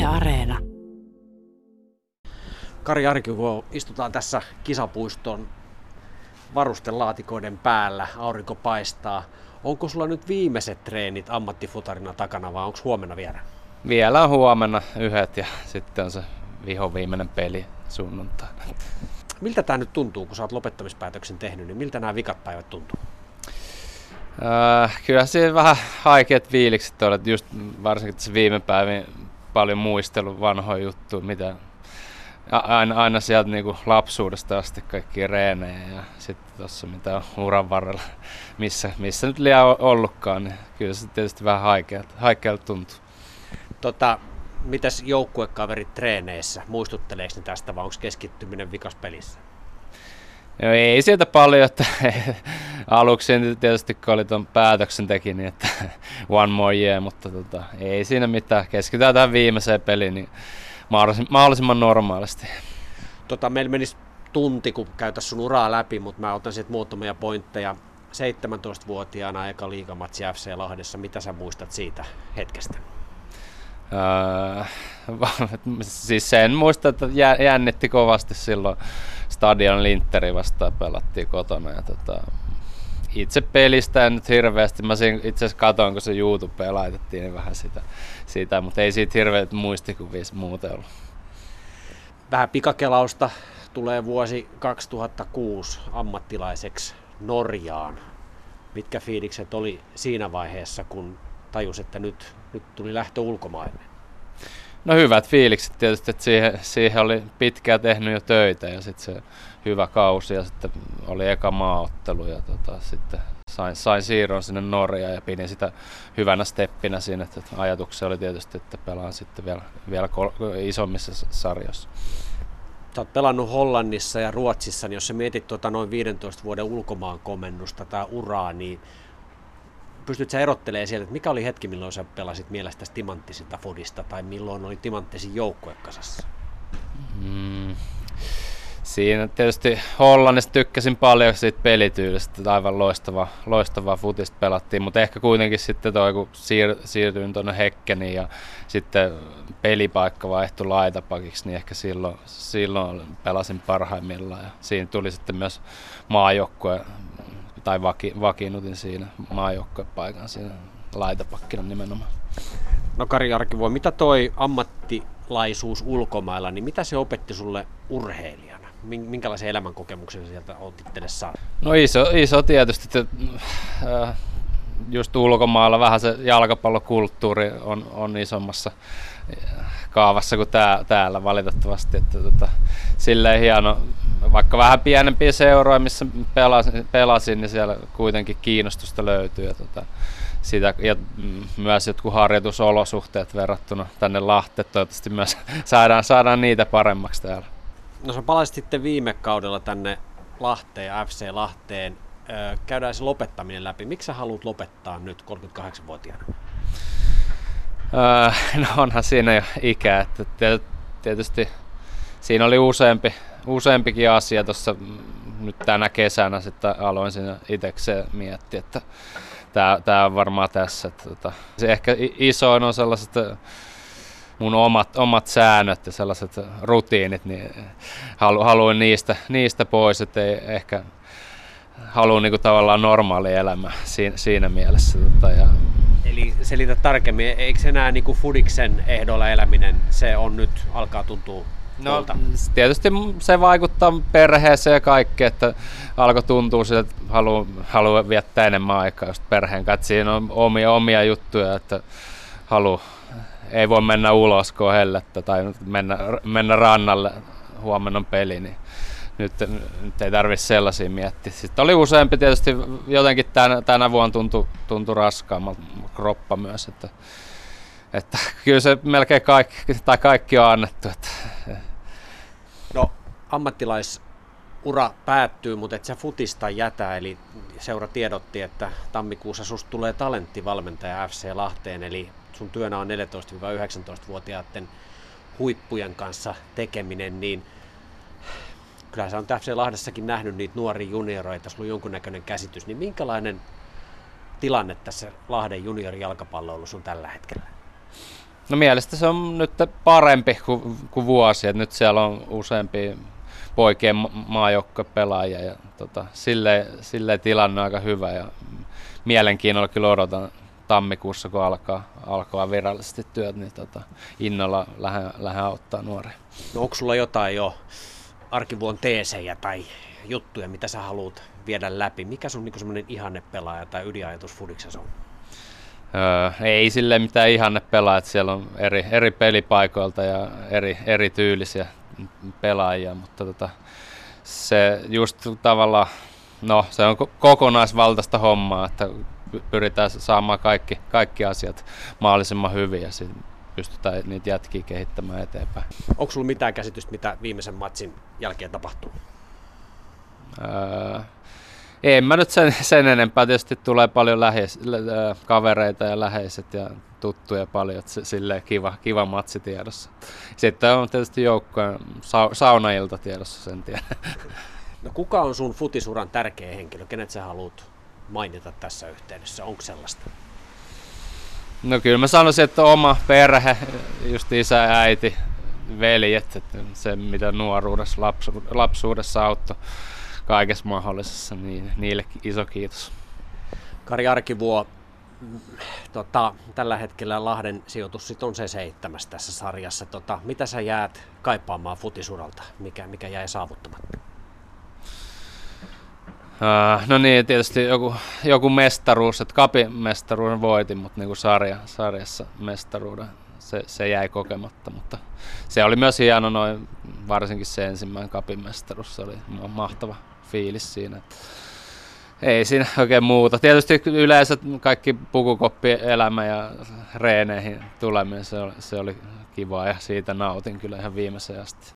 Areena. Kari Arkivuo, istutaan tässä kisapuiston varustelaatikoiden päällä, aurinko paistaa. Onko sulla nyt viimeiset treenit ammattifutarina takana vai onko huomenna vielä? Vielä on huomenna yhdet ja sitten on se vihoviimeinen peli sunnuntaina. Miltä tämä nyt tuntuu, kun sä oot lopettamispäätöksen tehnyt, niin miltä nämä vikat päivät tuntuu? Kyllä siinä vähän haikeat fiilikset on, että just varsinkin tässä viime päivin paljon muistelun vanhoja juttuja, mitä aina sieltä niin kuin lapsuudesta asti kaikkia reenejä ja sitten tuossa mitä on uran varrella, missä nyt liian ollutkaan, niin kyllä se tietysti vähän haikealta tuntuu. Mitäs joukkuekaverit treeneissä, muistutteleeko ne tästä vai onko keskittyminen vikas pelissä? No ei sieltä paljon, että aluksi tietysti kun oli tuon päätöksen teki, niin että one more year, mutta ei siinä mitään. Keskitytään tähän viimeiseen peliin niin mahdollisimman normaalisti. Meillä menisi tunti, kun käytäisiin sun uraa läpi, mutta mä otan sieltä muutamia pointteja. 17-vuotiaana eka liigamatsi FC Lahdessa. Mitä sä muistat siitä hetkestä? Siis sen muista, että jännitti kovasti silloin Stadion Linteri vastaan pelattiin kotona. Ja itse pelistä en nyt hirveästi, mä itse asiassa katoin, kun se YouTubeen laitettiin niin vähän sitä, mutta ei siitä hirveät muistikuvia muuten ollut. Vähän pikakelausta, tulee vuosi 2006 ammattilaiseksi Norjaan. Mitkä fiilikset oli siinä vaiheessa, kun tajus, että nyt tuli lähtö ulkomaille? No hyvät fiilikset tietysti, että siihen oli pitkään tehnyt jo töitä ja sitten se hyvä kausi ja sitten oli eka maaottelu ja sitten sain siirron sinne Norjaan ja pidin sitä hyvänä steppinä siinä, että ajatuksia oli tietysti, että pelaan sitten vielä isommissa sarjoissa. Sä oot pelannut Hollannissa ja Ruotsissa, niin jos sä mietit noin 15 vuoden ulkomaan komennusta tai uraa, niin pystyt sä erottelemaan sieltä, että mikä oli hetki, milloin sä pelasit mielestäsi timanttisinta fudista tai milloin oli timanttisin joukkuekasassa? Siinä tietysti Hollannissa tykkäsin paljon siitä pelityylistä, aivan loistavaa futista pelattiin, mutta ehkä kuitenkin sitten kun siirtyin tuonne Häckeniin ja sitten pelipaikka vaihtui laitapakiksi, niin ehkä silloin pelasin parhaimmillaan ja siinä tuli sitten myös maajoukkue tai vakiinnutin siinä maajoukkuepaikan siinä laitapakkina nimenomaan. No Kari Arkivuo, mitä toi ammattilaisuus ulkomailla, niin mitä se opetti sulle urheilijana? Minkälaisen elämänkokemuksen sieltä olet itselle saanut? No iso tietysti, että just ulkomailla vähän se jalkapallokulttuuri on isommassa kaavassa kuin täällä valitettavasti. Että silleen hieno, vaikka vähän pienempiä seuroja, missä pelasin, niin siellä kuitenkin kiinnostusta löytyy. Ja myös jotkut harjoitusolosuhteet verrattuna tänne Lahteen, toivottavasti myös saadaan niitä paremmaksi täällä. No sä palasit sitten viime kaudella tänne Lahteen ja FC Lahteen. Käydään se lopettaminen läpi. Miksi sä haluat lopettaa nyt 38-vuotiaana? No onhan siinä jo ikää, että tietysti siinä oli useampikin asia tuossa nyt tänä kesänä, sitten aloin siinä itsekseen miettiä, että tämä on varmaan tässä. Että se ehkä isoin on sellaiset mun omat säännöt ja sellaiset rutiinit, niin haluan niistä pois, että ei ehkä haluan niinku tavallaan normaali elämä siinä mielessä. Eli selitä tarkemmin, eikö enää niinku fudiksen ehdolla eläminen, se on nyt, alkaa tuntua tuolta? No tietysti se vaikuttaa perheeseen ja kaikkeen, että alkoi tuntua siltä, että haluaa viettää enemmän aikaa just perheen kanssa. Siinä on omia juttuja, että ei voi mennä ulos, kun on hellettä tai mennä rannalle, huomenna on peli, niin nyt ei tarvitse sellaisia miettiä. Sitten oli useampi tietysti, jotenkin tänä vuonna tuntui raskaammalta kroppa myös, että kyllä se melkein kaikki on annettu. Että. No ammattilaisura päättyy, mutta et sä futista jätä, eli seura tiedotti, että tammikuussa susta tulee talenttivalmentaja FC Lahteen, eli sun työnä on 14-19-vuotiaiden huippujen kanssa tekeminen, niin kyllä sä on FC Lahdessakin nähnyt niitä nuoria junioreita, sulla on jonkunnäköinen käsitys, niin minkälainen tilanne tässä Lahden juniorijalkapalloilussa on tällä hetkellä? No mielestäni se on nyt parempi kuin vuosi, että nyt siellä on useampia poikien maajoukkuepelaajia ja silleen tilanne on aika hyvä ja mielenkiinnolla kyllä odotan tammikuussa, kun alkaa virallisesti työt, niin innolla lähden auttaa nuoria. No onko sulla jotain jo arkivuon teesejä tai juttuja, mitä sä haluat viedä läpi? Mikä sun niin semmoinen ihannepelaaja tai ydinajatus fudiksessa on? Ei sille mitään ihanne pelaajat, siellä on eri pelipaikoilta ja eri tyylisiä pelaajia, mutta se just tavallaan, no se on kokonaisvaltaista hommaa, että pyritään saamaan kaikki asiat mahdollisimman hyvin ja sitten pystytään niitä jätkiä kehittämään eteenpäin. Onko sulla mitään käsitystä, mitä viimeisen matsin jälkeen tapahtuu? En mä nyt sen enempää, tietysti tulee paljon kavereita ja läheiset ja tuttuja paljon, että silleen kiva matsi tiedossa. Sitten on tietysti joukkojen saunailta tiedossa, sen tiedän. No kuka on sun futisuran tärkeä henkilö? Kenet sä haluat mainita tässä yhteydessä? Onko sellaista? No kyllä mä sanoisin, että oma perhe, just isä ja äiti, veljet, että se mitä nuoruudessa, lapsuudessa auttoi kaikessa mahdollisessa, niin niille iso kiitos. Kari Arkivuo, tällä hetkellä Lahden sijoitus sit on se 7. tässä sarjassa. Mitä sä jäät kaipaamaan futisuralta? Mikä jäi saavuttamatta? No niin, tietysti joku mestaruus, että Cupin mestaruuden voitin, mutta niin kuin sarjassa mestaruuden se jäi kokematta, mutta se oli myös hieno, varsinkin se ensimmäinen Cupin mestaruus, se oli mahtava fiilis siinä. Ei siinä oikein muuta. Tietysti yleensä kaikki pukukoppielämä ja reeneihin tuleminen, se oli kivaa ja siitä nautin kyllä ihan viimeiseen asti.